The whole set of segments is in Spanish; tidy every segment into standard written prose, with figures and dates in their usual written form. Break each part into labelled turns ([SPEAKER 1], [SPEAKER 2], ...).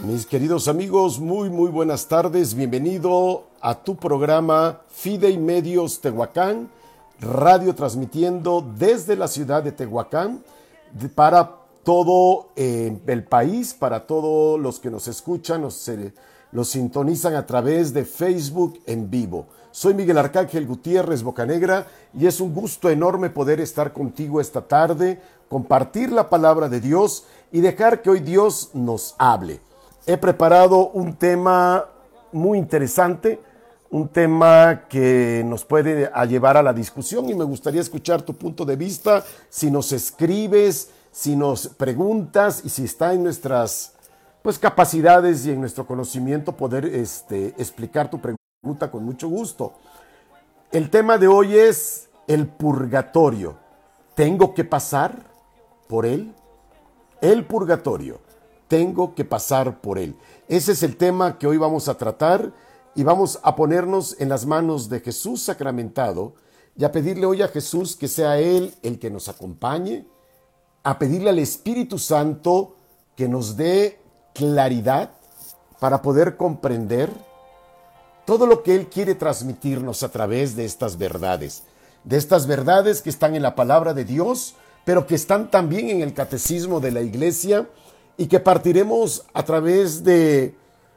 [SPEAKER 1] Mis queridos amigos, muy buenas tardes. Bienvenido a tu programa Fidei Medios Tehuacán, radio transmitiendo desde la ciudad de Tehuacán para todo el país, para todos los que nos escuchan, nos sintonizan a través de Facebook en vivo. Soy Miguel Arcángel Gutiérrez Bocanegra y es un gusto enorme poder estar contigo esta tarde, compartir la palabra de Dios y dejar que hoy Dios nos hable. He preparado un tema muy interesante, un tema que nos puede llevar a la discusión y me gustaría escuchar tu punto de vista, si nos escribes, si nos preguntas y si está en nuestras capacidades y en nuestro conocimiento poder explicar tu pregunta con mucho gusto. El tema de hoy es el purgatorio. ¿Tengo que pasar por él? El purgatorio. Tengo que pasar por él. Ese es el tema que hoy vamos a tratar y vamos a ponernos en las manos de Jesús sacramentado y a pedirle hoy a Jesús que sea Él el que nos acompañe, a pedirle al Espíritu Santo que nos dé claridad para poder comprender todo lo que Él quiere transmitirnos a través de estas verdades que están en la palabra de Dios, pero que están también en el catecismo de la Iglesia y que partiremos a través de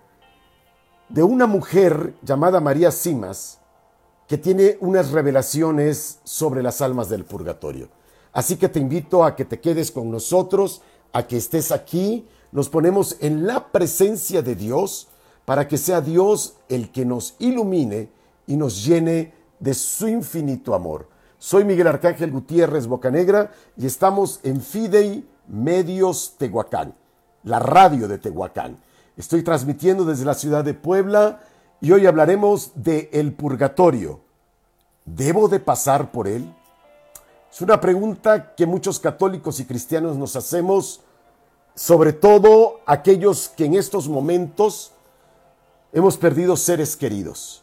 [SPEAKER 1] una mujer llamada María Simas, que tiene unas revelaciones sobre las almas del purgatorio. Así que te invito a que te quedes con nosotros, a que estés aquí. Nos ponemos en la presencia de Dios para que sea Dios el que nos ilumine y nos llene de su infinito amor. Soy Miguel Arcángel Gutiérrez Bocanegra y estamos en Fidei Medios Tehuacán, la radio de Tehuacán. Estoy transmitiendo desde la ciudad de Puebla y hoy hablaremos de el purgatorio. ¿Debo de pasar por él? Es una pregunta que muchos católicos y cristianos nos hacemos, sobre todo aquellos que en estos momentos hemos perdido seres queridos.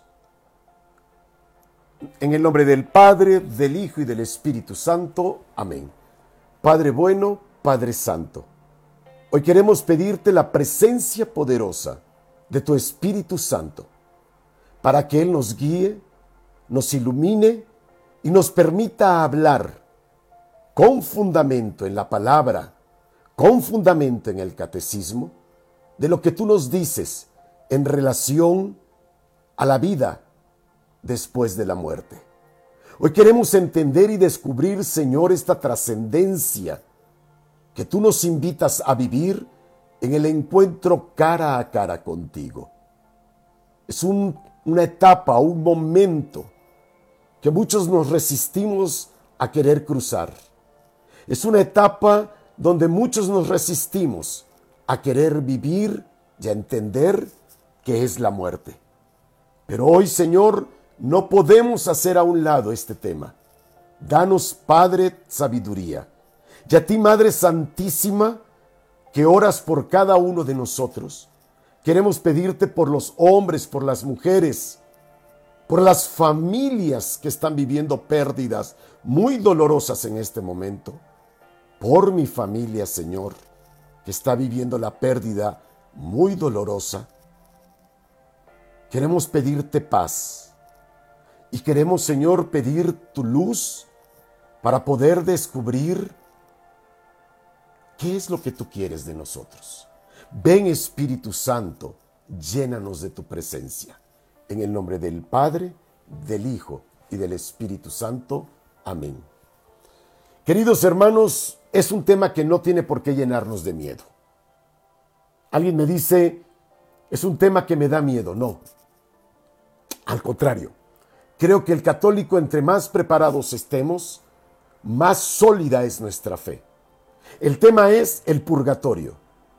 [SPEAKER 1] En el nombre del Padre, del Hijo y del Espíritu Santo. Amén. Padre bueno, Padre Santo, hoy queremos pedirte la presencia poderosa de tu Espíritu Santo para que Él nos guíe, nos ilumine y nos permita hablar con fundamento en la palabra, con fundamento en el catecismo, de lo que tú nos dices en relación a la vida después de la muerte. Hoy queremos entender y descubrir, Señor, esta trascendencia que tú nos invitas a vivir en el encuentro cara a cara contigo. Es una etapa, un momento que muchos nos resistimos a querer cruzar. Es una etapa donde muchos nos resistimos a querer vivir y a entender qué es la muerte. Pero hoy, Señor, no podemos hacer a un lado este tema. Danos, Padre, sabiduría. Y a ti, Madre Santísima, que oras por cada uno de nosotros, queremos pedirte por los hombres, por las mujeres, por las familias que están viviendo pérdidas muy dolorosas en este momento, por mi familia, Señor, que está viviendo la pérdida muy dolorosa. Queremos pedirte paz y queremos, Señor, pedir tu luz para poder descubrir ¿qué es lo que tú quieres de nosotros? Ven, Espíritu Santo, llénanos de tu presencia. En el nombre del Padre, del Hijo y del Espíritu Santo. Amén. Queridos hermanos, es un tema que no tiene por qué llenarnos de miedo. Alguien me dice, es un tema que me da miedo. No, al contrario. Creo que el católico, entre más preparados estemos, más sólida es nuestra fe. El tema es el purgatorio.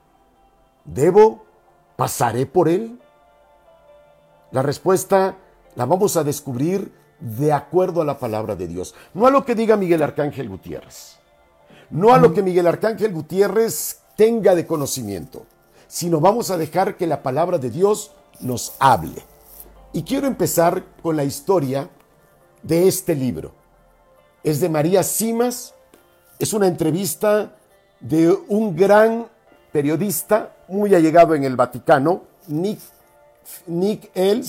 [SPEAKER 1] ¿Pasaré por él? La respuesta la vamos a descubrir de acuerdo a la palabra de Dios. No a lo que diga Miguel Arcángel Gutiérrez. No a lo que Miguel Arcángel Gutiérrez tenga de conocimiento, sino vamos a dejar que la palabra de Dios nos hable. Y quiero empezar con la historia de este libro. Es de María Simas. Es una entrevista de un gran periodista muy allegado en el Vaticano, Nicky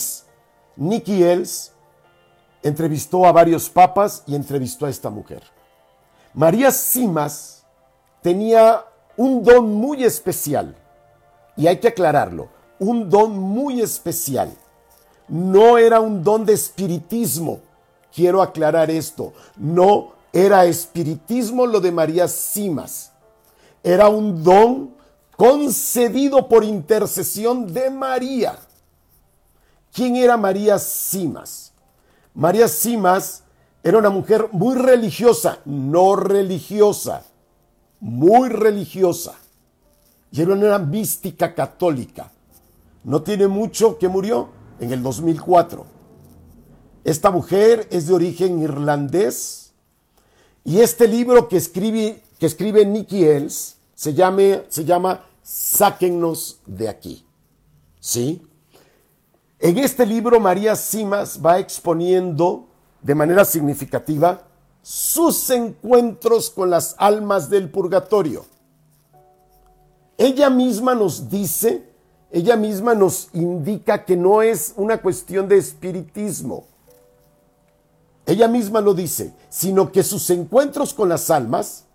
[SPEAKER 1] Els, entrevistó a varios papas y entrevistó a esta mujer. María Simas tenía un don muy especial, y hay que aclararlo, un don muy especial. No era un don de espiritismo, quiero aclarar esto, no era espiritismo lo de María Simas, era un don concedido por intercesión de María. ¿Quién era María Simas? María Simas era una mujer muy religiosa, no religiosa, muy religiosa. Y era una mística católica. No tiene mucho que murió, en el 2004. Esta mujer es de origen irlandés. Y este libro que escribe Nicky Els se llama Sáquennos de aquí. ¿Sí? En este libro María Simas va exponiendo de manera significativa sus encuentros con las almas del purgatorio. Ella misma nos dice, ella misma nos indica que no es una cuestión de espiritismo. Ella misma lo dice, sino que sus encuentros con las almas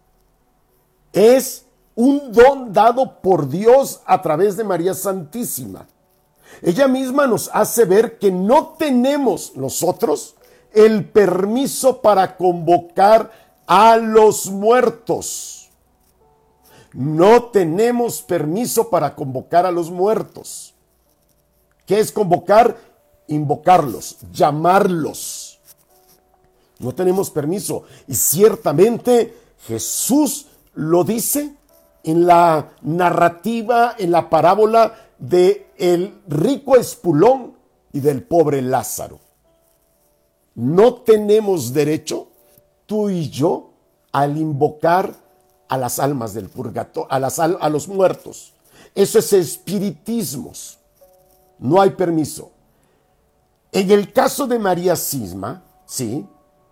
[SPEAKER 1] es un don dado por Dios a través de María Santísima. Ella misma nos hace ver que no tenemos nosotros el permiso para convocar a los muertos. No tenemos permiso para convocar a los muertos. ¿Qué es convocar? Invocarlos, llamarlos. No tenemos permiso. Y ciertamente Jesús lo dice en la narrativa, en la parábola de el rico espulón y del pobre Lázaro. No tenemos derecho, tú y yo, al invocar a las almas del purgatorio, a los muertos. Eso es espiritismos. No hay permiso. En el caso de María Simas, ¿sí?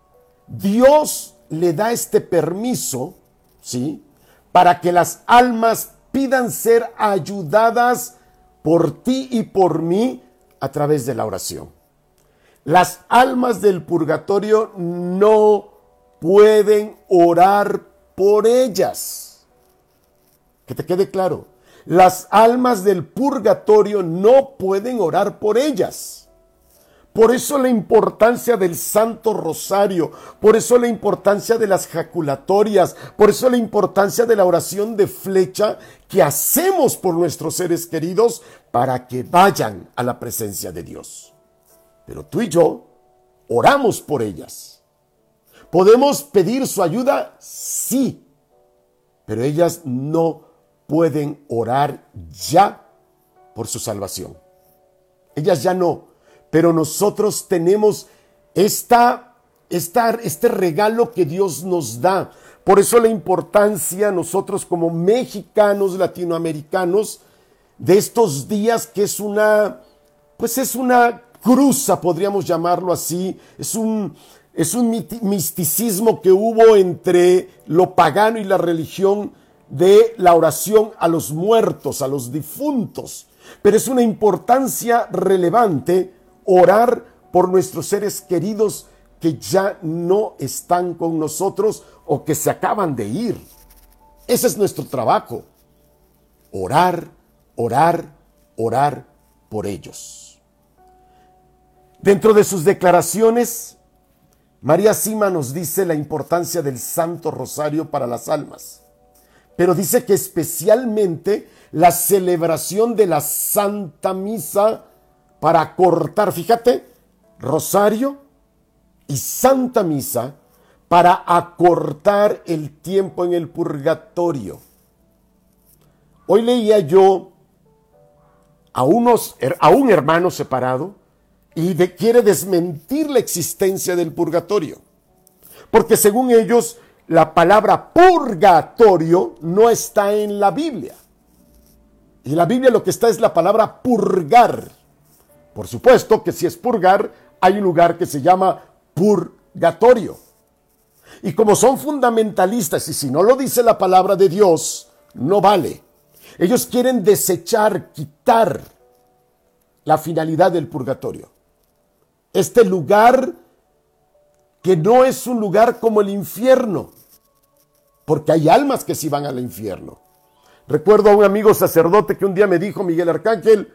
[SPEAKER 1] Dios le da este permiso, ¿sí? Para que las almas pidan ser ayudadas por ti y por mí a través de la oración. Las almas del purgatorio no pueden orar por ellas. Que te quede claro. Las almas del purgatorio no pueden orar por ellas. Por eso la importancia del Santo Rosario, por eso la importancia de las jaculatorias, por eso la importancia de la oración de flecha que hacemos por nuestros seres queridos para que vayan a la presencia de Dios. Pero tú y yo oramos por ellas. ¿Podemos pedir su ayuda? Sí, pero ellas no pueden orar ya por su salvación. Ellas ya no. Pero nosotros tenemos este regalo que Dios nos da. Por eso la importancia nosotros como mexicanos, latinoamericanos, de estos días que es una cruza, podríamos llamarlo así. Es un misticismo que hubo entre lo pagano y la religión de la oración a los muertos, a los difuntos. Pero es una importancia relevante orar por nuestros seres queridos que ya no están con nosotros o que se acaban de ir. Ese es nuestro trabajo. Orar, orar, orar por ellos. Dentro de sus declaraciones, María Simas nos dice la importancia del Santo Rosario para las almas. Pero dice que especialmente la celebración de la Santa Misa para acortar, fíjate, Rosario y Santa Misa para acortar el tiempo en el purgatorio. Hoy leía yo a un hermano separado y quiere desmentir la existencia del purgatorio. Porque según ellos, la palabra purgatorio no está en la Biblia. Y en la Biblia lo que está es la palabra purgar. Por supuesto que si es purgar, hay un lugar que se llama purgatorio. Y como son fundamentalistas y si no lo dice la palabra de Dios, no vale. Ellos quieren desechar, quitar la finalidad del purgatorio. Este lugar que no es un lugar como el infierno, porque hay almas que sí van al infierno. Recuerdo a un amigo sacerdote que un día me dijo: Miguel Arcángel,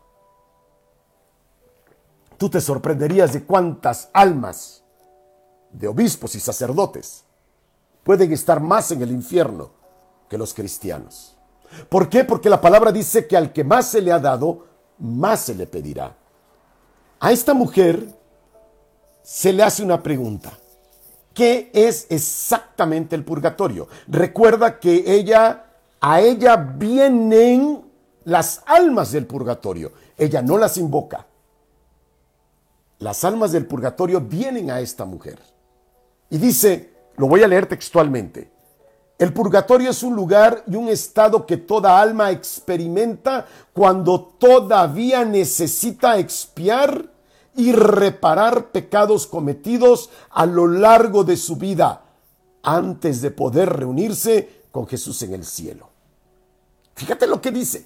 [SPEAKER 1] tú te sorprenderías de cuántas almas de obispos y sacerdotes pueden estar más en el infierno que los cristianos. ¿Por qué? Porque la palabra dice que al que más se le ha dado, más se le pedirá. A esta mujer se le hace una pregunta: ¿qué es exactamente el purgatorio? Recuerda que a ella vienen las almas del purgatorio. Ella no las invoca. Las almas del purgatorio vienen a esta mujer. Y dice, lo voy a leer textualmente: el purgatorio es un lugar y un estado que toda alma experimenta cuando todavía necesita expiar y reparar pecados cometidos a lo largo de su vida antes de poder reunirse con Jesús en el cielo. Fíjate lo que dice.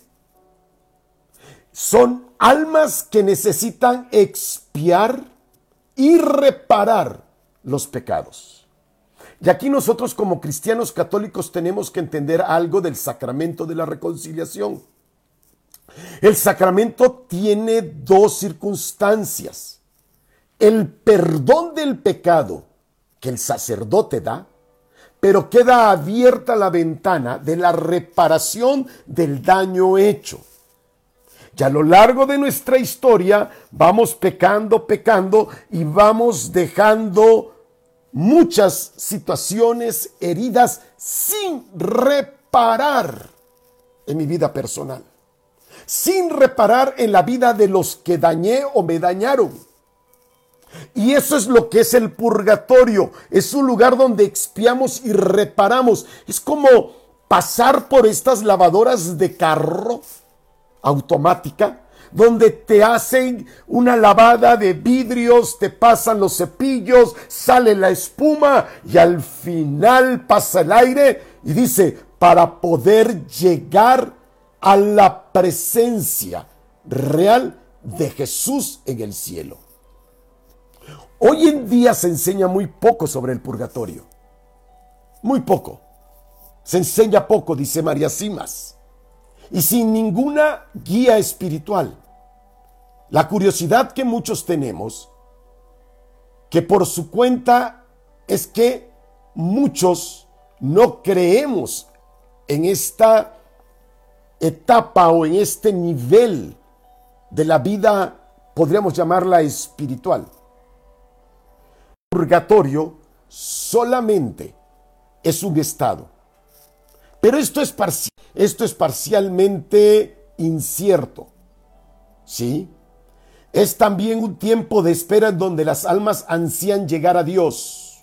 [SPEAKER 1] Son almas que necesitan expiar y reparar los pecados. Y aquí nosotros como cristianos católicos tenemos que entender algo del sacramento de la reconciliación. El sacramento tiene dos circunstancias: el perdón del pecado que el sacerdote da, pero queda abierta la ventana de la reparación del daño hecho. Y a lo largo de nuestra historia vamos pecando y vamos dejando muchas situaciones, heridas sin reparar en mi vida personal, sin reparar en la vida de los que dañé o me dañaron. Y eso es lo que es el purgatorio. Es un lugar donde expiamos y reparamos. Es como pasar por estas lavadoras de carro automática, donde te hacen una lavada de vidrios, te pasan los cepillos, sale la espuma y al final pasa el aire y dice: para poder llegar a la presencia real de Jesús en el cielo. Hoy en día se enseña muy poco sobre el purgatorio. Muy poco. Se enseña poco, dice María Simas, y sin ninguna guía espiritual. La curiosidad que muchos tenemos, que por su cuenta, es que muchos no creemos en esta etapa o en este nivel de la vida, podríamos llamarla espiritual. El purgatorio solamente es un estado, pero esto es parcialmente incierto, ¿sí? Es también un tiempo de espera en donde las almas ansían llegar a Dios.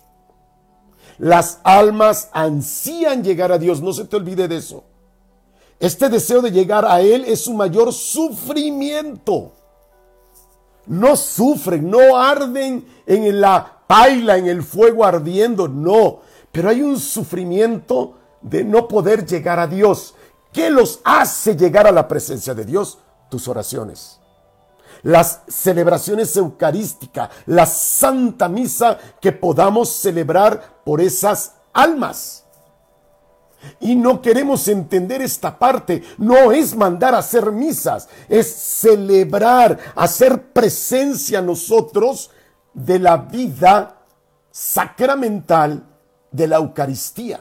[SPEAKER 1] Las almas ansían llegar a Dios, no se te olvide de eso. Este deseo de llegar a Él es su mayor sufrimiento. No sufren, no arden en la paila, en el fuego ardiendo, no. Pero hay un sufrimiento de no poder llegar a Dios. ¿Qué los hace llegar a la presencia de Dios? Tus oraciones, las celebraciones eucarísticas, la Santa Misa que podamos celebrar por esas almas. Y no queremos entender esta parte. No es mandar a hacer misas, es celebrar, hacer presencia nosotros de la vida sacramental de la Eucaristía.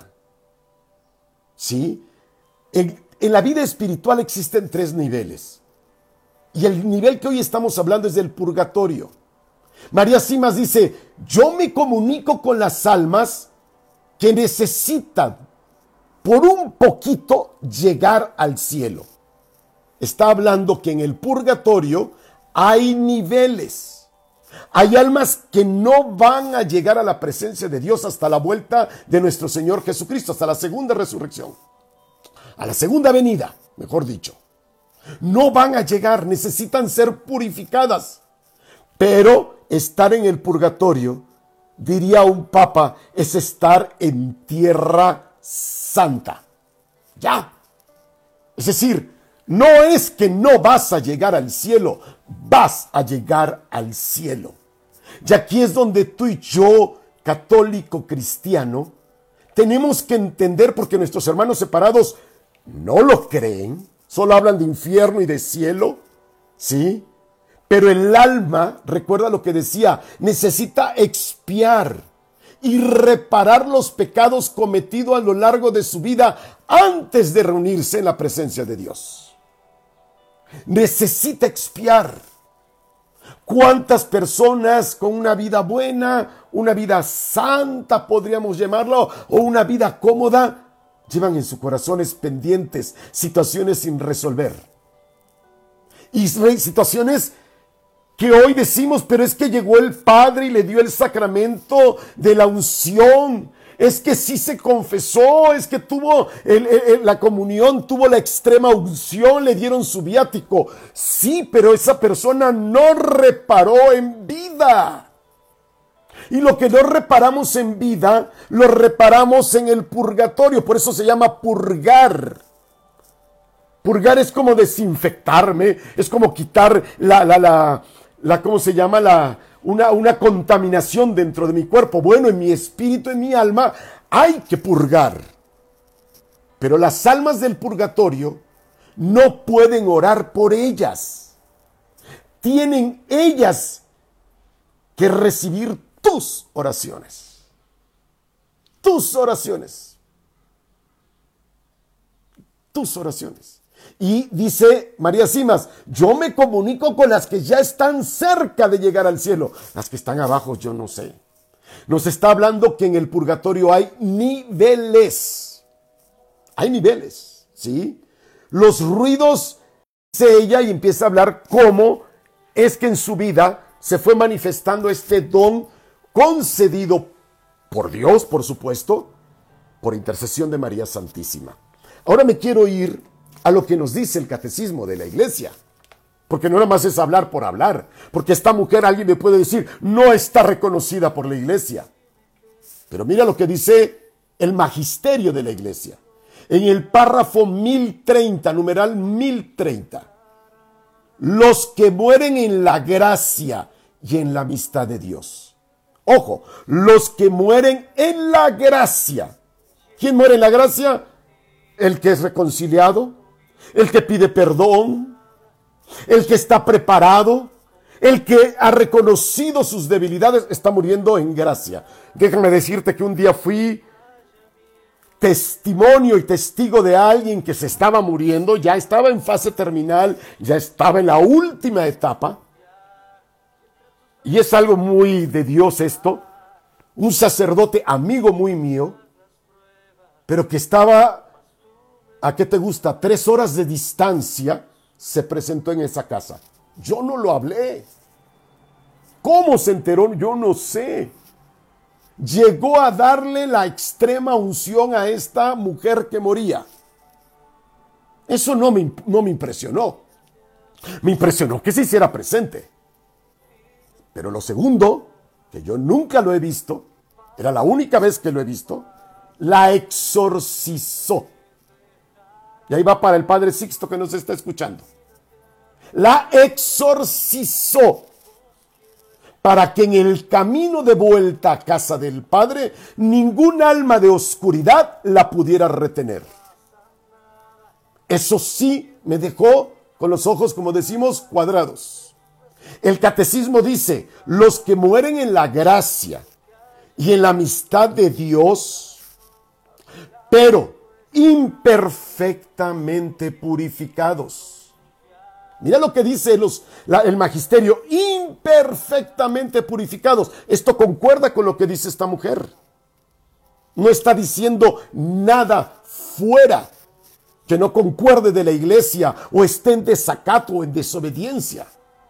[SPEAKER 1] ¿Sí? En la vida espiritual existen tres niveles. Y el nivel que hoy estamos hablando es del purgatorio. María Simas dice: yo me comunico con las almas que necesitan por un poquito llegar al cielo. Está hablando que en el purgatorio hay niveles. Hay almas que no van a llegar a la presencia de Dios hasta la vuelta de nuestro Señor Jesucristo, hasta la segunda resurrección, a la segunda venida, mejor dicho. No van a llegar, necesitan ser purificadas. Pero estar en el purgatorio, diría un papa, es estar en tierra santa. Ya. Es decir, no es que no vas a llegar al cielo, vas a llegar al cielo. Y aquí es donde tú y yo, católico cristiano, tenemos que entender, porque nuestros hermanos separados no lo creen, solo hablan de infierno y de cielo, ¿sí? Pero el alma, recuerda lo que decía, necesita expiar y reparar los pecados cometidos a lo largo de su vida antes de reunirse en la presencia de Dios. Necesita expiar. ¿Cuántas personas con una vida buena, una vida santa, podríamos llamarlo, o una vida cómoda, llevan en sus corazones pendientes situaciones sin resolver? Y situaciones que hoy decimos, pero es que llegó el Padre y le dio el sacramento de la unción. Es que sí se confesó, es que tuvo la comunión, tuvo la extrema unción, le dieron su viático. Sí, pero esa persona no reparó en vida. Y lo que no reparamos en vida, lo reparamos en el purgatorio. Por eso se llama purgar. Purgar es como desinfectarme, es como quitar ¿cómo se llama? Una contaminación dentro de mi cuerpo. Bueno, en mi espíritu, en mi alma, hay que purgar. Pero las almas del purgatorio no pueden orar por ellas. Tienen ellas que recibir tus oraciones. Tus oraciones. Tus oraciones. Y dice María Simas, yo me comunico con las que ya están cerca de llegar al cielo. Las que están abajo, yo no sé. Nos está hablando que en el purgatorio hay niveles. Hay niveles, ¿sí? Los ruidos, dice ella, y empieza a hablar cómo es que en su vida se fue manifestando este don concedido por Dios, por supuesto, por intercesión de María Santísima. Ahora me quiero ir a lo que nos dice el catecismo de la iglesia. Porque no nada más es hablar por hablar. Porque esta mujer, alguien me puede decir, no está reconocida por la iglesia. Pero mira lo que dice el magisterio de la iglesia. En el párrafo 1030, numeral 1030. Los que mueren en la gracia y en la amistad de Dios. Ojo, los que mueren en la gracia. ¿Quién muere en la gracia? El que es reconciliado, el que pide perdón, el que está preparado, el que ha reconocido sus debilidades, está muriendo en gracia. Déjame decirte que un día fui testimonio y testigo de alguien que se estaba muriendo, ya estaba en fase terminal, ya estaba en la última etapa. Y es algo muy de Dios esto. Un sacerdote amigo muy mío, pero que estaba, ¿a qué te gusta? 3 horas de distancia, se presentó en esa casa. Yo no lo hablé. ¿Cómo se enteró? Yo no sé. Llegó a darle la extrema unción a esta mujer que moría. Eso no me impresionó. Me impresionó que se hiciera presente. Pero lo segundo, que yo nunca lo he visto, era la única vez que lo he visto, la exorcizó. Y ahí va para el Padre Sixto que nos está escuchando. La exorcizó para que en el camino de vuelta a casa del Padre ningún alma de oscuridad la pudiera retener. Eso sí me dejó con los ojos, como decimos, cuadrados. El catecismo dice, los que mueren en la gracia y en la amistad de Dios, pero imperfectamente purificados. Mira lo que dice el magisterio, imperfectamente purificados. Esto concuerda con lo que dice esta mujer. No está diciendo nada fuera que no concuerde de la iglesia o esté en desacato o en desobediencia.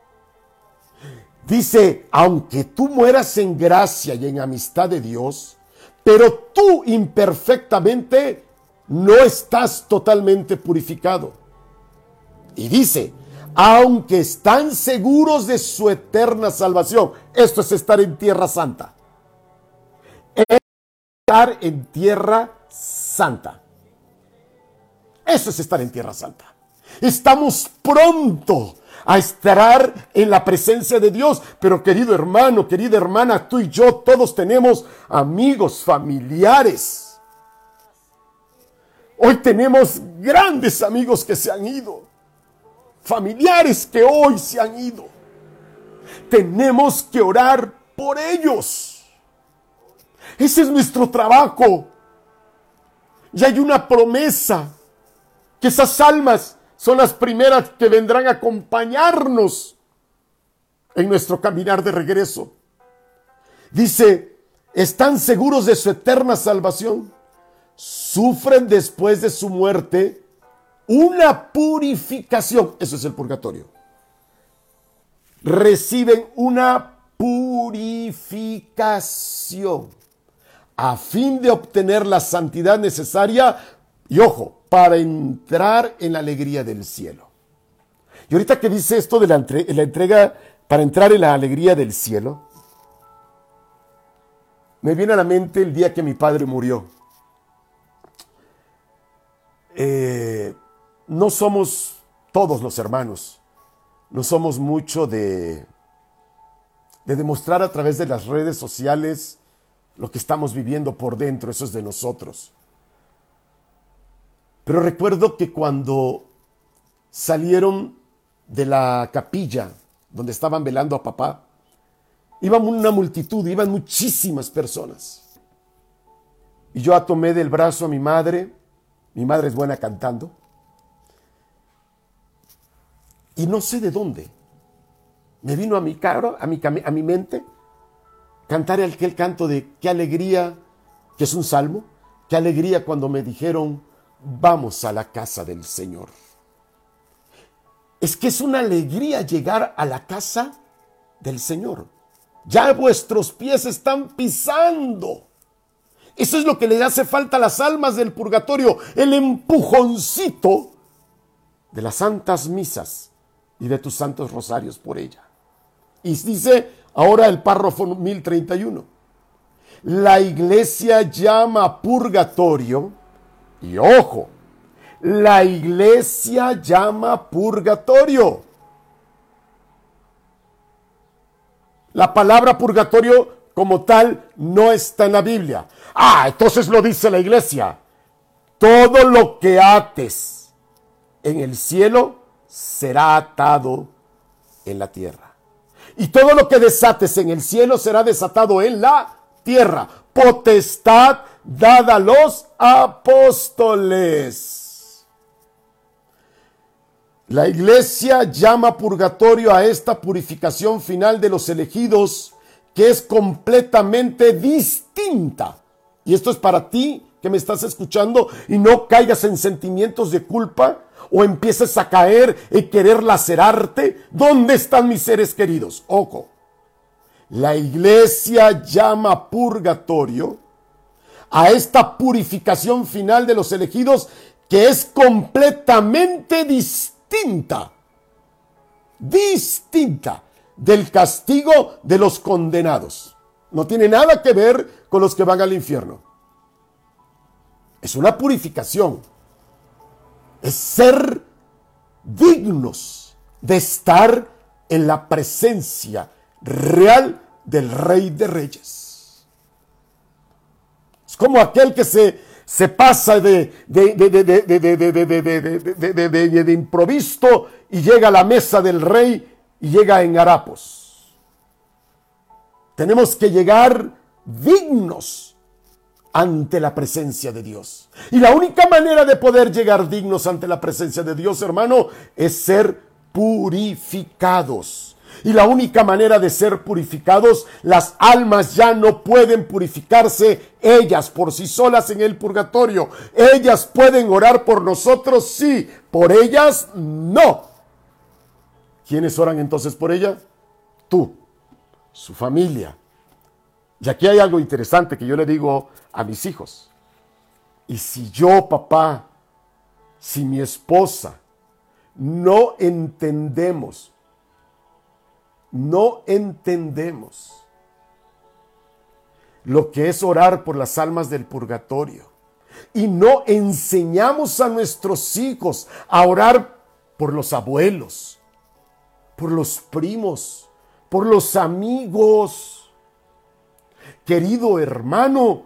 [SPEAKER 1] Dice, aunque tú mueras en gracia y en amistad de Dios, pero tú imperfectamente no estás totalmente purificado. Y dice, aunque están seguros de su eterna salvación. Esto es estar en tierra santa. Es estar en tierra santa. Eso es estar en Tierra Santa. Estamos pronto a estar en la presencia de Dios. Pero querido hermano, querida hermana, tú y yo todos tenemos amigos, familiares. Hoy tenemos grandes amigos que se han ido. Familiares que hoy se han ido. Tenemos que orar por ellos. Ese es nuestro trabajo. Y hay una promesa, que esas almas son las primeras que vendrán a acompañarnos en nuestro caminar de regreso. Dice, ¿están seguros de su eterna salvación? Sufren después de su muerte una purificación. Eso es el purgatorio. Reciben una purificación a fin de obtener la santidad necesaria y, ojo, para entrar en la alegría del cielo. Y ahorita que dice esto de la entrega para entrar en la alegría del cielo, me viene a la mente el día que mi padre murió. No somos todos los hermanos, no somos mucho de demostrar a través de las redes sociales lo que estamos viviendo por dentro. Eso es de nosotros. Pero recuerdo que cuando salieron de la capilla donde estaban velando a papá, iban una multitud, iban muchísimas personas. Y yo tomé del brazo a mi madre es buena cantando, y no sé de dónde me vino a mi mente cantar aquel canto de qué alegría, que es un salmo, qué alegría cuando me dijeron, vamos a la casa del Señor. Es que es una alegría llegar a la casa del Señor. Ya vuestros pies están pisando. Eso es lo que le hace falta a las almas del purgatorio, el empujoncito de las santas misas y de tus santos rosarios por ella. Y dice ahora el párrafo 1031. La iglesia llama purgatorio, y ojo, la iglesia llama purgatorio. La palabra purgatorio como tal no está en la Biblia. Entonces lo dice la iglesia. Todo lo que ates en el cielo será atado en la tierra. Y todo lo que desates en el cielo será desatado en la tierra. Potestad dada a los apóstoles. La iglesia llama purgatorio a esta purificación final de los elegidos, que es completamente distinta. Y esto es para ti que me estás escuchando, y no caigas en sentimientos de culpa o empieces a caer en querer lacerarte. ¿Dónde están mis seres queridos? Ojo, la iglesia llama purgatorio a esta purificación final de los elegidos, que es completamente distinta del castigo de los condenados. No tiene nada que ver con los que van al infierno. Es una purificación. Es ser dignos de estar en la presencia real del Rey de Reyes. Es como aquel que se pasa de improviso y llega a la mesa del rey y llega en harapos. Tenemos que llegar dignos ante la presencia de Dios. Y la única manera de poder llegar dignos ante la presencia de Dios, hermano, es ser purificados. Y la única manera de ser purificados, las almas ya no pueden purificarse ellas por sí solas en el purgatorio. Ellas pueden orar por nosotros, sí, por ellas no. ¿Quiénes oran entonces por ella? Tú, su familia. Y aquí hay algo interesante que yo le digo a mis hijos. Y si yo, papá, si mi esposa, no entendemos lo que es orar por las almas del purgatorio, y no enseñamos a nuestros hijos a orar por los abuelos, por los primos, por los amigos, querido hermano,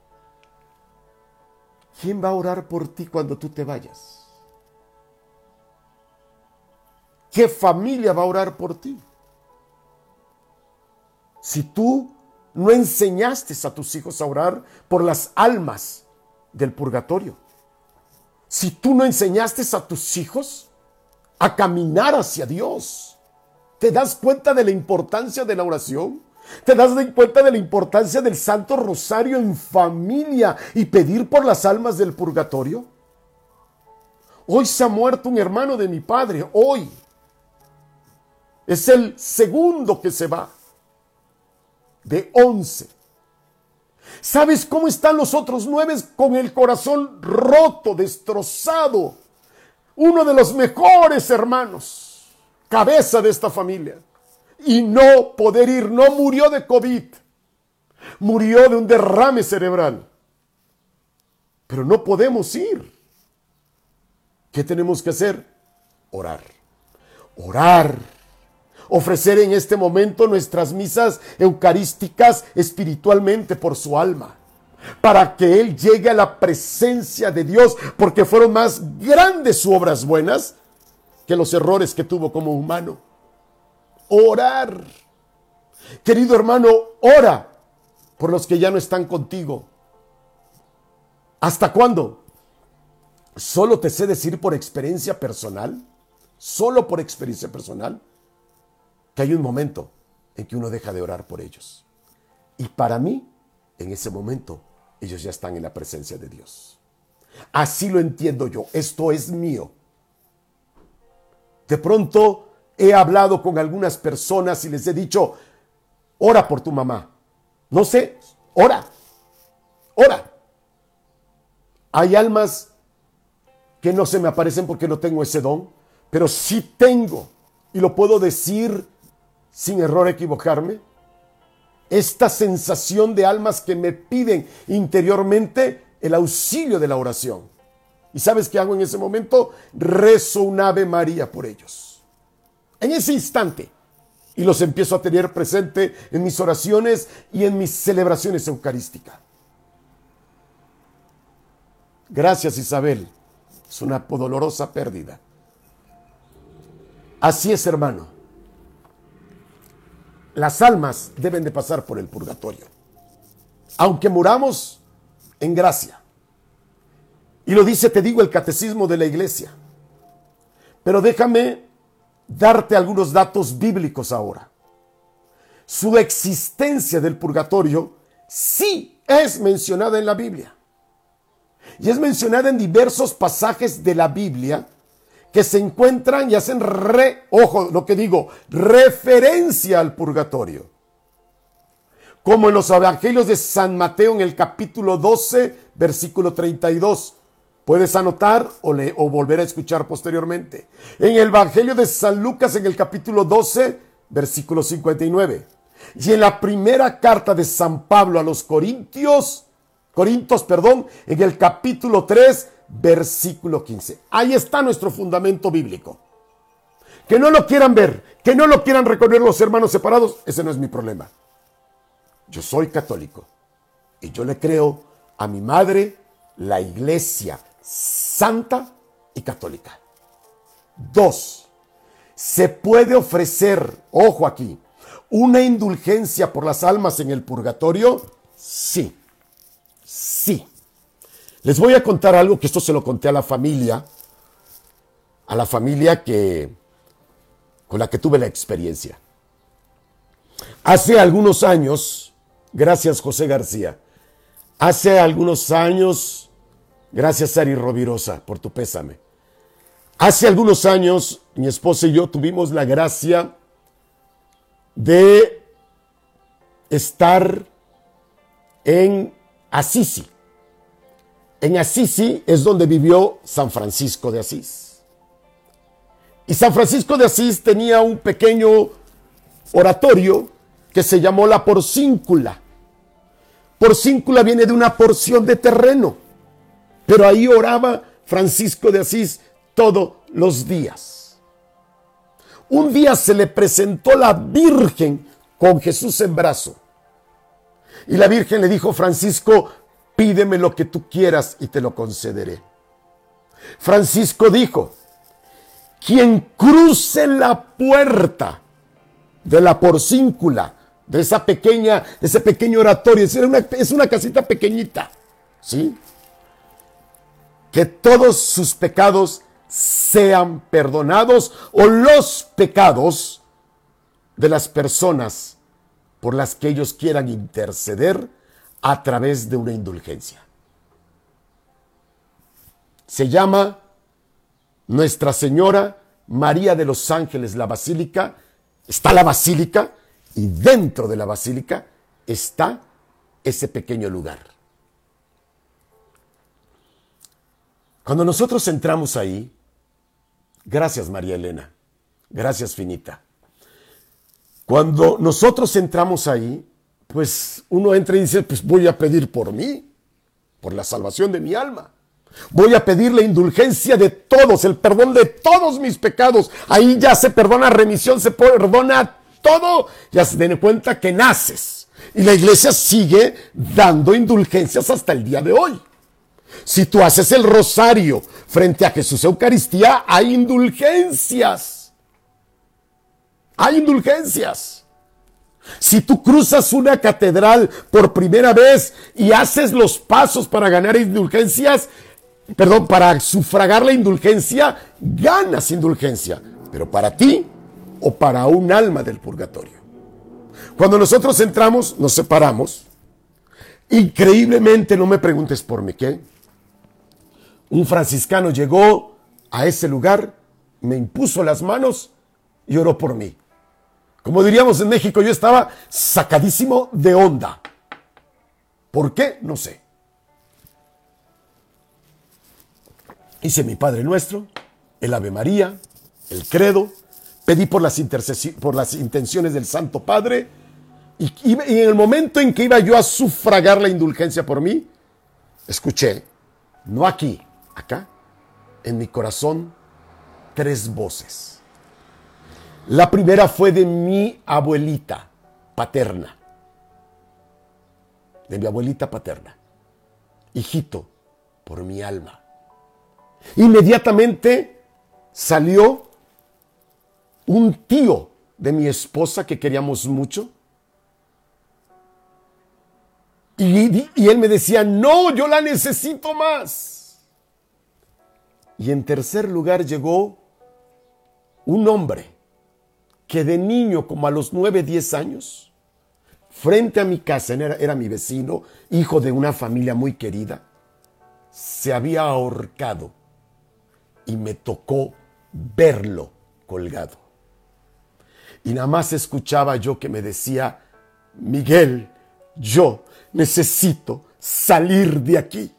[SPEAKER 1] ¿quién va a orar por ti cuando tú te vayas? ¿Qué familia va a orar por ti? Si tú no enseñaste a tus hijos a orar por las almas del purgatorio, si tú no enseñaste a tus hijos a caminar hacia Dios, ¿te das cuenta de la importancia de la oración? ¿Te das cuenta de la importancia del Santo Rosario en familia y pedir por las almas del purgatorio? Hoy se ha muerto un hermano de mi padre, hoy. Es el segundo que se va, de 11. ¿Sabes cómo están los otros 9? Con el corazón roto, destrozado. Uno de los mejores hermanos, cabeza de esta familia. Y no poder ir, no murió de COVID, murió de un derrame cerebral. Pero no podemos ir. ¿Qué tenemos que hacer? Orar. Orar. Ofrecer en este momento nuestras misas eucarísticas espiritualmente por su alma, para que él llegue a la presencia de Dios, porque fueron más grandes sus obras buenas que los errores que tuvo como humano. Orar. Querido hermano, ora por los que ya no están contigo. ¿Hasta cuándo? Solo te sé decir por experiencia personal, solo por experiencia personal, que hay un momento en que uno deja de orar por ellos. Y para mí, en ese momento, ellos ya están en la presencia de Dios. Así lo entiendo yo. Esto es mío. De pronto he hablado con algunas personas y les he dicho, ora por tu mamá. No sé, ora. Ora. Hay almas que no se me aparecen porque no tengo ese don, pero sí tengo, y lo puedo decir sin error equivocarme, esta sensación de almas que me piden interiormente el auxilio de la oración. ¿Y sabes qué hago en ese momento? Rezo un Ave María por ellos. En ese instante. Y los empiezo a tener presente en mis oraciones y en mis celebraciones eucarísticas. Gracias, Isabel. Es una dolorosa pérdida. Así es, hermano. Las almas deben de pasar por el purgatorio, aunque muramos en gracia. Y lo dice, te digo, el catecismo de la iglesia. Pero déjame darte algunos datos bíblicos ahora. Su existencia del purgatorio sí es mencionada en la Biblia. Y es mencionada en diversos pasajes de la Biblia que se encuentran y hacen ojo lo que digo, referencia al purgatorio. Como en los evangelios de San Mateo en el capítulo 12, versículo 32. Puedes anotar o volver a escuchar posteriormente. En el evangelio de San Lucas en el capítulo 12, versículo 59. Y en la primera carta de San Pablo a los Corintios, en el capítulo 3, versículo 15. Ahí está nuestro fundamento bíblico. Que no lo quieran ver, que no lo quieran reconocer los hermanos separados, ese no es mi problema. Yo soy católico y yo le creo a mi madre, la iglesia santa y católica. 2. Se puede ofrecer, ojo aquí, una indulgencia por las almas en el purgatorio. Sí. Sí. Les voy a contar algo que esto se lo conté a la familia con la que tuve la experiencia. Hace algunos años, gracias José García, hace algunos años, gracias Ari Rovirosa por tu pésame. Hace algunos años, mi esposa y yo tuvimos la gracia de estar en Assisi. En Assisi es donde vivió San Francisco de Asís. Y San Francisco de Asís tenía un pequeño oratorio que se llamó la porcíncula. Porcíncula viene de una porción de terreno. Pero ahí oraba Francisco de Asís todos los días. Un día se le presentó la Virgen con Jesús en brazo. Y la Virgen le dijo: Francisco, pídeme lo que tú quieras y te lo concederé. Francisco dijo: quien cruce la puerta de la porcíncula, de ese pequeño oratorio, es una casita pequeñita, ¿sí? Que todos sus pecados sean perdonados, o los pecados de las personas por las que ellos quieran interceder a través de una indulgencia. Se llama Nuestra Señora María de los Ángeles, la basílica. Está la basílica, y dentro de la basílica está ese pequeño lugar. Cuando nosotros entramos ahí, gracias María Elena, gracias Finita. Cuando nosotros entramos ahí, pues uno entra y dice: pues voy a pedir por mí, por la salvación de mi alma. Voy a pedir la indulgencia de todos, el perdón de todos mis pecados. Ahí ya se perdona remisión, se perdona todo. Ya se den cuenta que naces. Y la iglesia sigue dando indulgencias hasta el día de hoy. Si tú haces el rosario frente a Jesús Eucaristía, hay indulgencias. Hay indulgencias. Si tú cruzas una catedral por primera vez y haces los pasos para ganar indulgencias, para sufragar la indulgencia, ganas indulgencia. Pero para ti o para un alma del purgatorio. Cuando nosotros entramos, nos separamos. Increíblemente, no me preguntes por mí qué, un franciscano llegó a ese lugar, me impuso las manos y oró por mí. Como diríamos en México, yo estaba sacadísimo de onda. ¿Por qué? No sé. Hice mi Padre Nuestro, el Ave María, el Credo, pedí por las intenciones del Santo Padre, y en el momento en que iba yo a sufragar la indulgencia por mí, escuché, no aquí, acá, en mi corazón, 3 voces. La primera fue de mi abuelita paterna. De mi abuelita paterna. Hijito, por mi alma. Inmediatamente salió un tío de mi esposa que queríamos mucho. Y él me decía: no, yo la necesito más. Y en tercer lugar llegó un hombre que de niño, como a los 9, 10 años, frente a mi casa, era mi vecino, hijo de una familia muy querida, se había ahorcado y me tocó verlo colgado. Y nada más escuchaba yo que me decía: Miguel, yo necesito salir de aquí.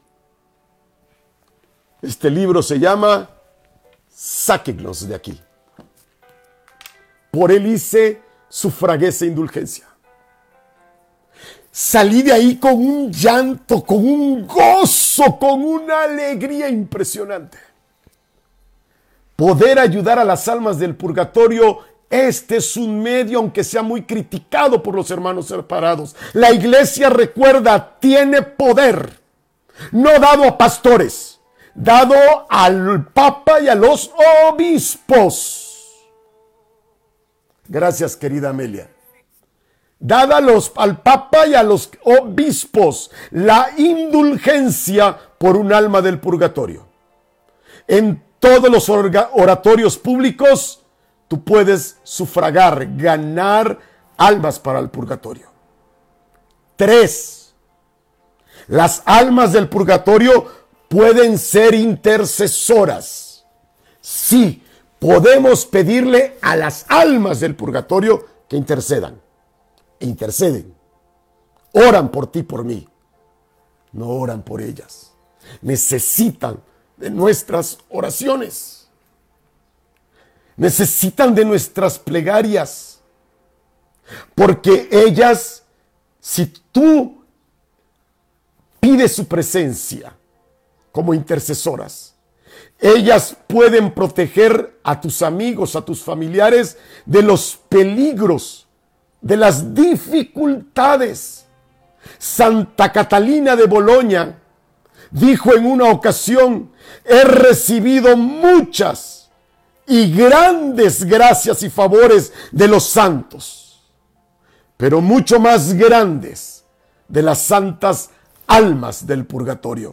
[SPEAKER 1] Este libro se llama Sáquennos de aquí. Por él sufragué esa indulgencia. Salí de ahí con un llanto, con un gozo, con una alegría impresionante. Poder ayudar a las almas del purgatorio, este es un medio, aunque sea muy criticado por los hermanos separados. La iglesia, recuerda, tiene poder, no dado a pastores, dado al Papa y a los obispos. Gracias, querida Amelia. Dada al Papa y a los obispos la indulgencia por un alma del purgatorio. En todos los oratorios públicos tú puedes sufragar, ganar almas para el purgatorio. 3. Las almas del purgatorio pueden ser intercesoras. Sí, podemos pedirle a las almas del purgatorio que intercedan. Interceden. Oran por ti, por mí. No oran por ellas. Necesitan de nuestras oraciones. Necesitan de nuestras plegarias. Porque ellas, si tú pides su presencia como intercesoras. Ellas pueden proteger a tus amigos, a tus familiares de los peligros, de las dificultades. Santa Catalina de Boloña dijo en una ocasión: he recibido muchas y grandes gracias y favores de los santos, pero mucho más grandes de las santas almas del purgatorio.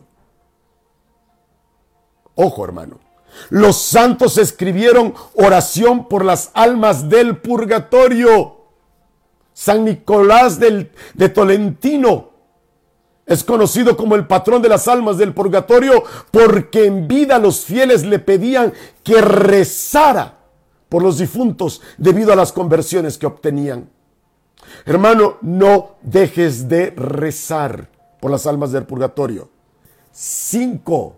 [SPEAKER 1] Ojo, hermano, los santos escribieron oración por las almas del purgatorio. San Nicolás de Tolentino es conocido como el patrón de las almas del purgatorio porque en vida los fieles le pedían que rezara por los difuntos debido a las conversiones que obtenían. Hermano, no dejes de rezar por las almas del purgatorio. 5.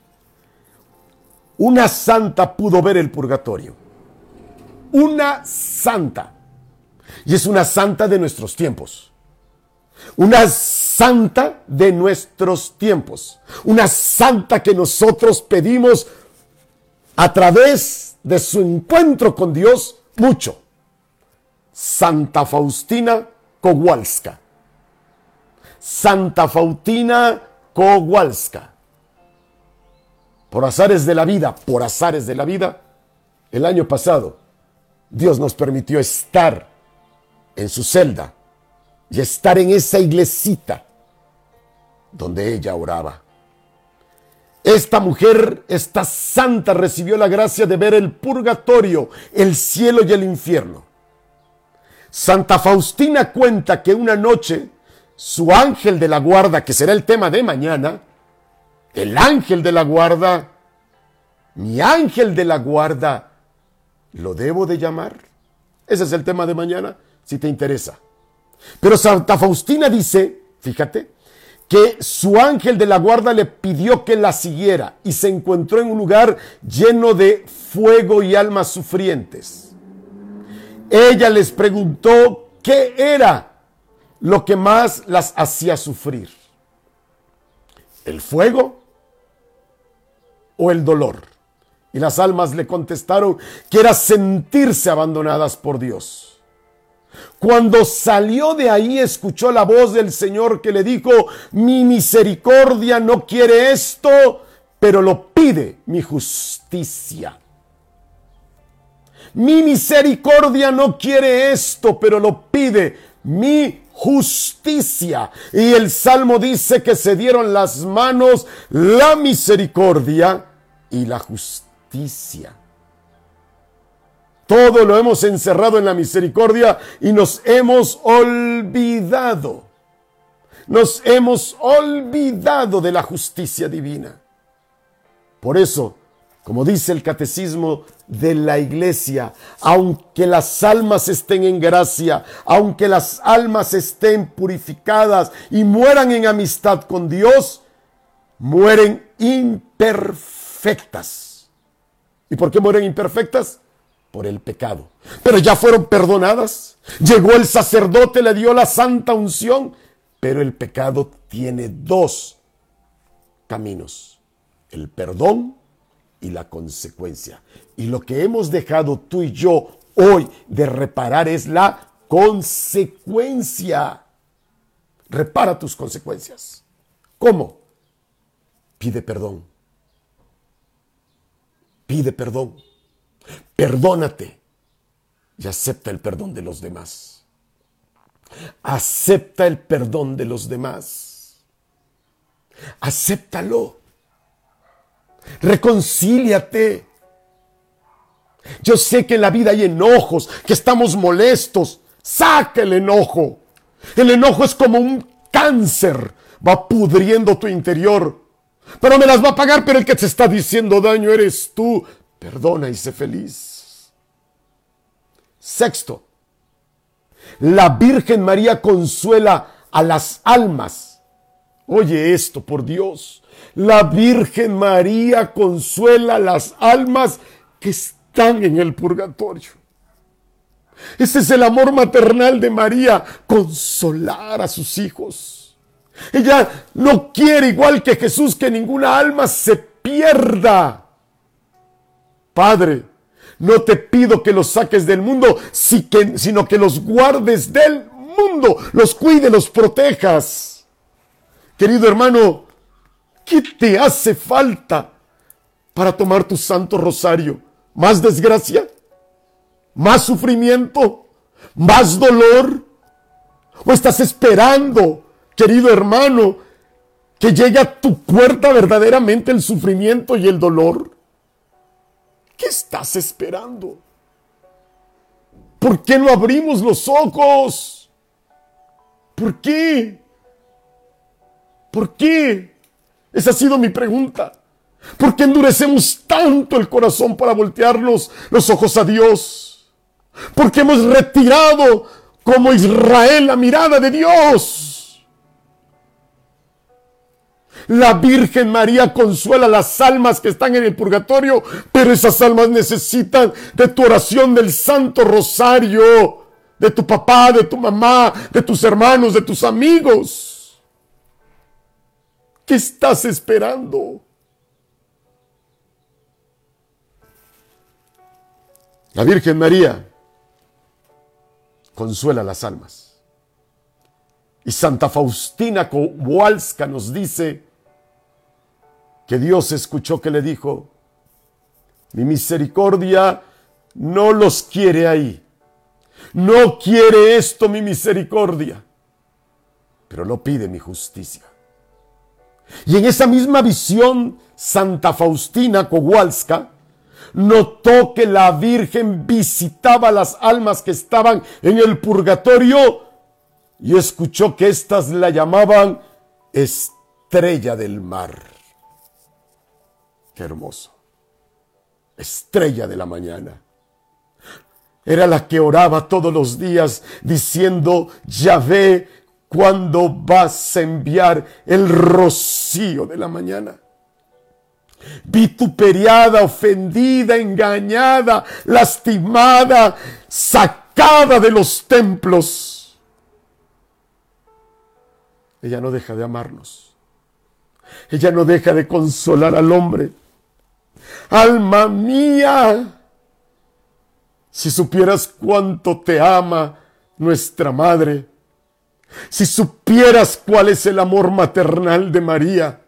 [SPEAKER 1] Una santa pudo ver el purgatorio. Una santa. Y es una santa de nuestros tiempos. Una santa de nuestros tiempos. Una santa que nosotros pedimos a través de su encuentro con Dios mucho. Santa Faustina Kowalska. Santa Faustina Kowalska. Por azares de la vida, el año pasado, Dios nos permitió estar en su celda y estar en esa iglesita donde ella oraba. Esta mujer, esta santa, recibió la gracia de ver el purgatorio, el cielo y el infierno. Santa Faustina cuenta que una noche su ángel de la guarda, que será el tema de mañana, el ángel de la guarda, mi ángel de la guarda, ¿lo debo de llamar? Ese es el tema de mañana, si te interesa. Pero Santa Faustina dice, fíjate, que su ángel de la guarda le pidió que la siguiera y se encontró en un lugar lleno de fuego y almas sufrientes. Ella les preguntó qué era lo que más las hacía sufrir: ¿el fuego o el dolor? Y las almas le contestaron que era sentirse abandonadas por Dios. Cuando salió de ahí, escuchó la voz del Señor que le dijo: mi misericordia no quiere esto, pero lo pide mi justicia. Mi misericordia no quiere esto, pero lo pide mi justicia. Y el Salmo dice que se dieron las manos la misericordia y la justicia. Todo lo hemos encerrado en la misericordia y nos hemos olvidado. Nos hemos olvidado de la justicia divina. Por eso, como dice el catecismo de la iglesia, aunque las almas estén en gracia, aunque las almas estén purificadas y mueran en amistad con Dios, mueren imperfectas. ¿Y por qué mueren imperfectas? Por el pecado. Pero ya fueron perdonadas. Llegó el sacerdote, le dio la santa unción. Pero el pecado tiene dos caminos: el perdón y la consecuencia. Y lo que hemos dejado tú y yo hoy de reparar es la consecuencia. Repara tus consecuencias. ¿Cómo? Pide perdón. Pide perdón. Perdónate y acepta el perdón de los demás. Acepta el perdón de los demás. Acéptalo. Reconcíliate. Yo sé que en la vida hay enojos, que estamos molestos. Saca el enojo. El enojo es como un cáncer. Va pudriendo tu interior. Pero me las va a pagar, pero el que te está diciendo daño eres tú. Perdona y sé feliz. 6. La Virgen María consuela a las almas. Oye esto, por Dios. La Virgen María consuela a las almas que están en el purgatorio. Ese es el amor maternal de María, consolar a sus hijos. Ella no quiere, igual que Jesús, que ninguna alma se pierda. Padre, no te pido que los saques del mundo, sino que los guardes del mundo, los cuide, los protejas. Querido hermano, ¿qué te hace falta para tomar tu santo rosario? ¿Más desgracia? ¿Más sufrimiento? ¿Más dolor? ¿O estás esperando, querido hermano, que llegue a tu puerta verdaderamente el sufrimiento y el dolor? ¿Qué estás esperando? ¿Por qué no abrimos los ojos? ¿Por qué? ¿Por qué? Esa ha sido mi pregunta. ¿Por qué endurecemos tanto el corazón para voltearnos los ojos a Dios? ¿Por qué hemos retirado como Israel la mirada de Dios? La Virgen María consuela las almas que están en el purgatorio, pero esas almas necesitan de tu oración del Santo Rosario, de tu papá, de tu mamá, de tus hermanos, de tus amigos. ¿Qué estás esperando? La Virgen María consuela las almas. Y Santa Faustina Kowalska nos dice que Dios escuchó que le dijo: mi misericordia no los quiere ahí. No quiere esto mi misericordia, pero lo pide mi justicia. Y en esa misma visión, Santa Faustina Kowalska notó que la Virgen visitaba las almas que estaban en el purgatorio y escuchó que éstas la llamaban estrella del mar. Qué hermoso. Estrella de la mañana. Era la que oraba todos los días diciendo: Yahvé, ¿cuándo vas a enviar el rocío de la mañana? Vituperiada, ofendida, engañada, lastimada, sacada de los templos. Ella no deja de amarnos. Ella no deja de consolar al hombre. Alma mía, si supieras cuánto te ama nuestra madre, si supieras cuál es el amor maternal de María.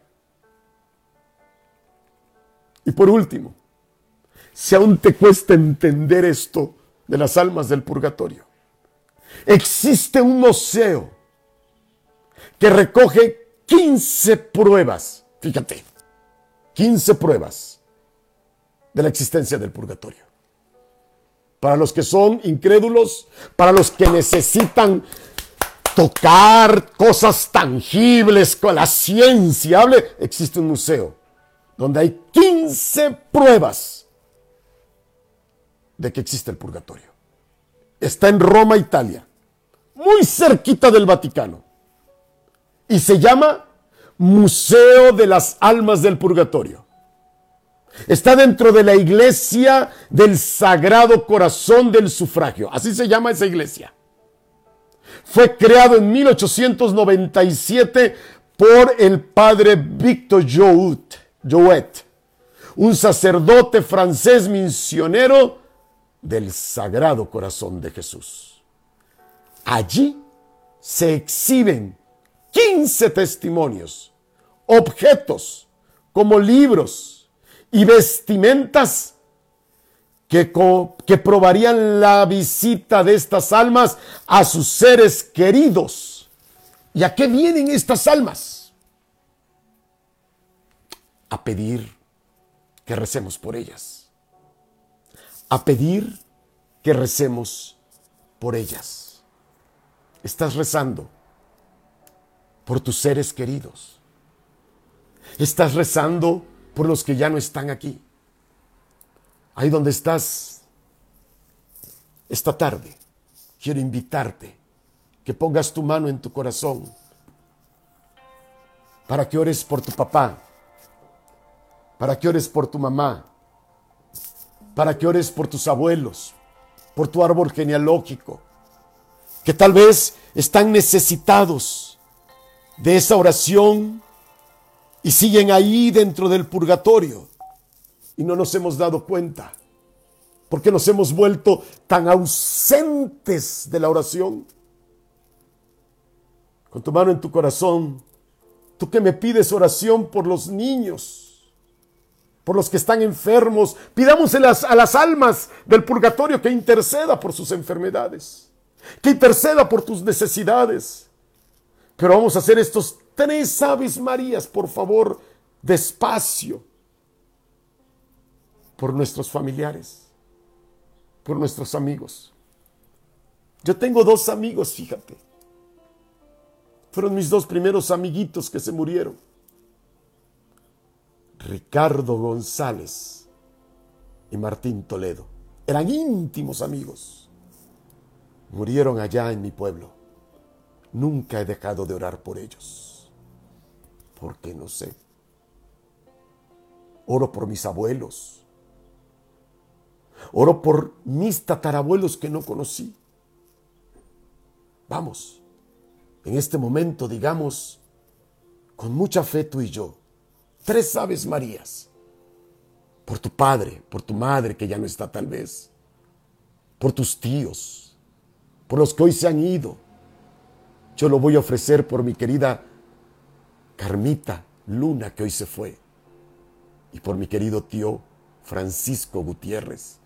[SPEAKER 1] Y por último, si aún te cuesta entender esto de las almas del purgatorio, existe un museo que recoge 15 pruebas, fíjate, 15 pruebas de la existencia del purgatorio. Para los que son incrédulos, para los que necesitan tocar cosas tangibles con la ciencia, existe un museo donde hay 15 pruebas de que existe el purgatorio. Está en Roma, Italia, muy cerquita del Vaticano, y se llama Museo de las Almas del Purgatorio. Está dentro de la iglesia del Sagrado Corazón del Sufragio. Así se llama esa iglesia. Fue creado en 1897 por el padre Victor Jouet, un sacerdote francés misionero del Sagrado Corazón de Jesús. Allí se exhiben 15 testimonios, objetos como libros y vestimentas que probarían la visita de estas almas a sus seres queridos. ¿Y a qué vienen estas almas? A pedir que recemos por ellas. A pedir que recemos por ellas. Estás rezando por tus seres queridos. Estás rezando por los que ya no están aquí. Ahí donde estás esta tarde, quiero invitarte que pongas tu mano en tu corazón para que ores por tu papá, para que ores por tu mamá, para que ores por tus abuelos, por tu árbol genealógico, que tal vez están necesitados de esa oración y siguen ahí dentro del purgatorio y no nos hemos dado cuenta porque nos hemos vuelto tan ausentes de la oración. Con tu mano en tu corazón, tú que me pides oración por los niños, por los que están enfermos, pidámoselas a las almas del purgatorio que interceda por sus enfermedades, que interceda por tus necesidades. Pero vamos a hacer estos 3 Aves Marías, por favor, despacio, por nuestros familiares, por nuestros amigos. Yo tengo 2 amigos, fíjate. Fueron mis 2 primeros amiguitos que se murieron. Ricardo González y Martín Toledo. Eran íntimos amigos. Murieron allá en mi pueblo. Nunca he dejado de orar por ellos. Porque no sé. Oro por mis abuelos. Oro por mis tatarabuelos que no conocí. Vamos. En este momento, digamos, con mucha fe tú y yo, 3 Aves Marías, por tu padre, por tu madre que ya no está tal vez, por tus tíos, por los que hoy se han ido. Yo lo voy a ofrecer por mi querida Carmita Luna que hoy se fue y por mi querido tío Francisco Gutiérrez.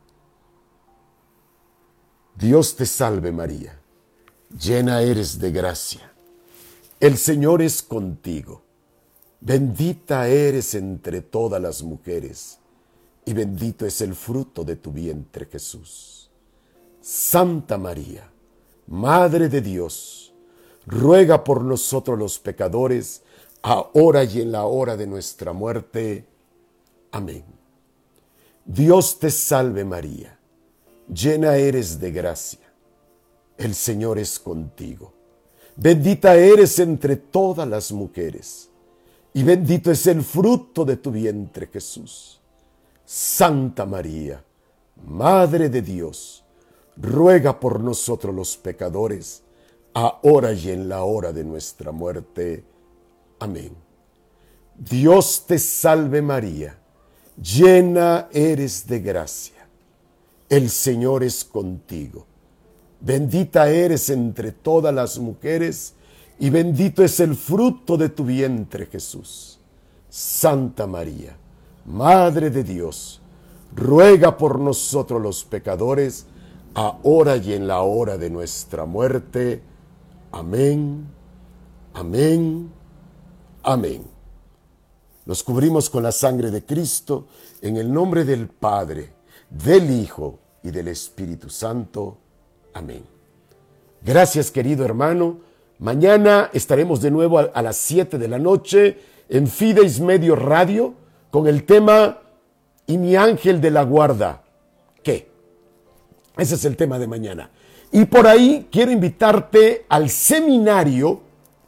[SPEAKER 1] Dios te salve María. Llena eres de gracia, el Señor es contigo. Bendita eres entre todas las mujeres, y bendito es el fruto de tu vientre, Jesús. Santa María, Madre de Dios, ruega por nosotros los pecadores, ahora y en la hora de nuestra muerte. Amén. Dios te salve María, llena eres de gracia. El Señor es contigo. Bendita eres entre todas las mujeres, y bendito es el fruto de tu vientre, Jesús. Santa María, Madre de Dios, ruega por nosotros los pecadores, ahora y en la hora de nuestra muerte. Amén. Dios te salve María, llena eres de gracia. El Señor es contigo. Bendita eres entre todas las mujeres, y bendito es el fruto de tu vientre, Jesús. Santa María, Madre de Dios, ruega por nosotros los pecadores, ahora y en la hora de nuestra muerte. Amén, amén, amén. Nos cubrimos con la sangre de Cristo, en el nombre del Padre, del Hijo y del Espíritu Santo. Amén. Gracias, querido hermano. Mañana estaremos de nuevo a las 7 de la noche en Fides Medio Radio con el tema "Y mi ángel de la guarda, ¿qué?". Ese es el tema de mañana. Y por ahí quiero invitarte al seminario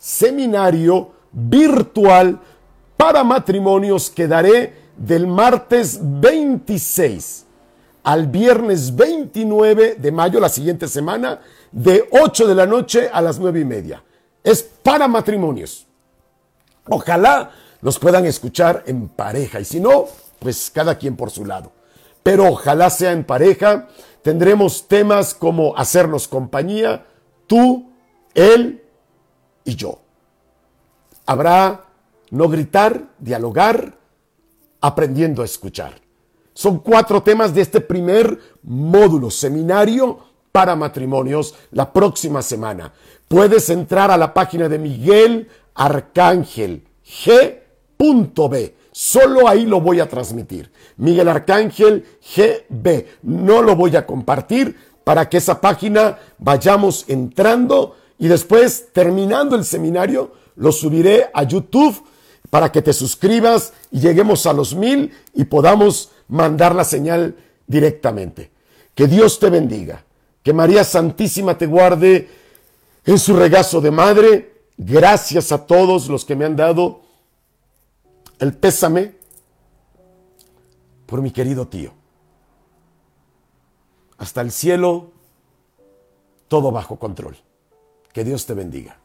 [SPEAKER 1] virtual para matrimonios que daré del martes 26 al viernes 29 de mayo, la siguiente semana, de 8 de la noche a las 9:30. Es para matrimonios. Ojalá los puedan escuchar en pareja, y si no, pues cada quien por su lado. Pero ojalá sea en pareja. Tendremos temas como hacernos compañía, tú, él y yo. Habrá no gritar, dialogar, aprendiendo a escuchar. Son 4 temas de este primer módulo, seminario para matrimonios, la próxima semana. Puedes entrar a la página de Miguel Arcángel G.B. Solo ahí lo voy a transmitir. Miguel Arcángel GB. No lo voy a compartir para que esa página vayamos entrando y después, terminando el seminario, lo subiré a YouTube para que te suscribas y lleguemos a los 1000 y podamos mandar la señal directamente. Que Dios te bendiga. Que María Santísima te guarde en su regazo de madre. Gracias a todos los que me han dado el pésame por mi querido tío. Hasta el cielo, todo bajo control. Que Dios te bendiga.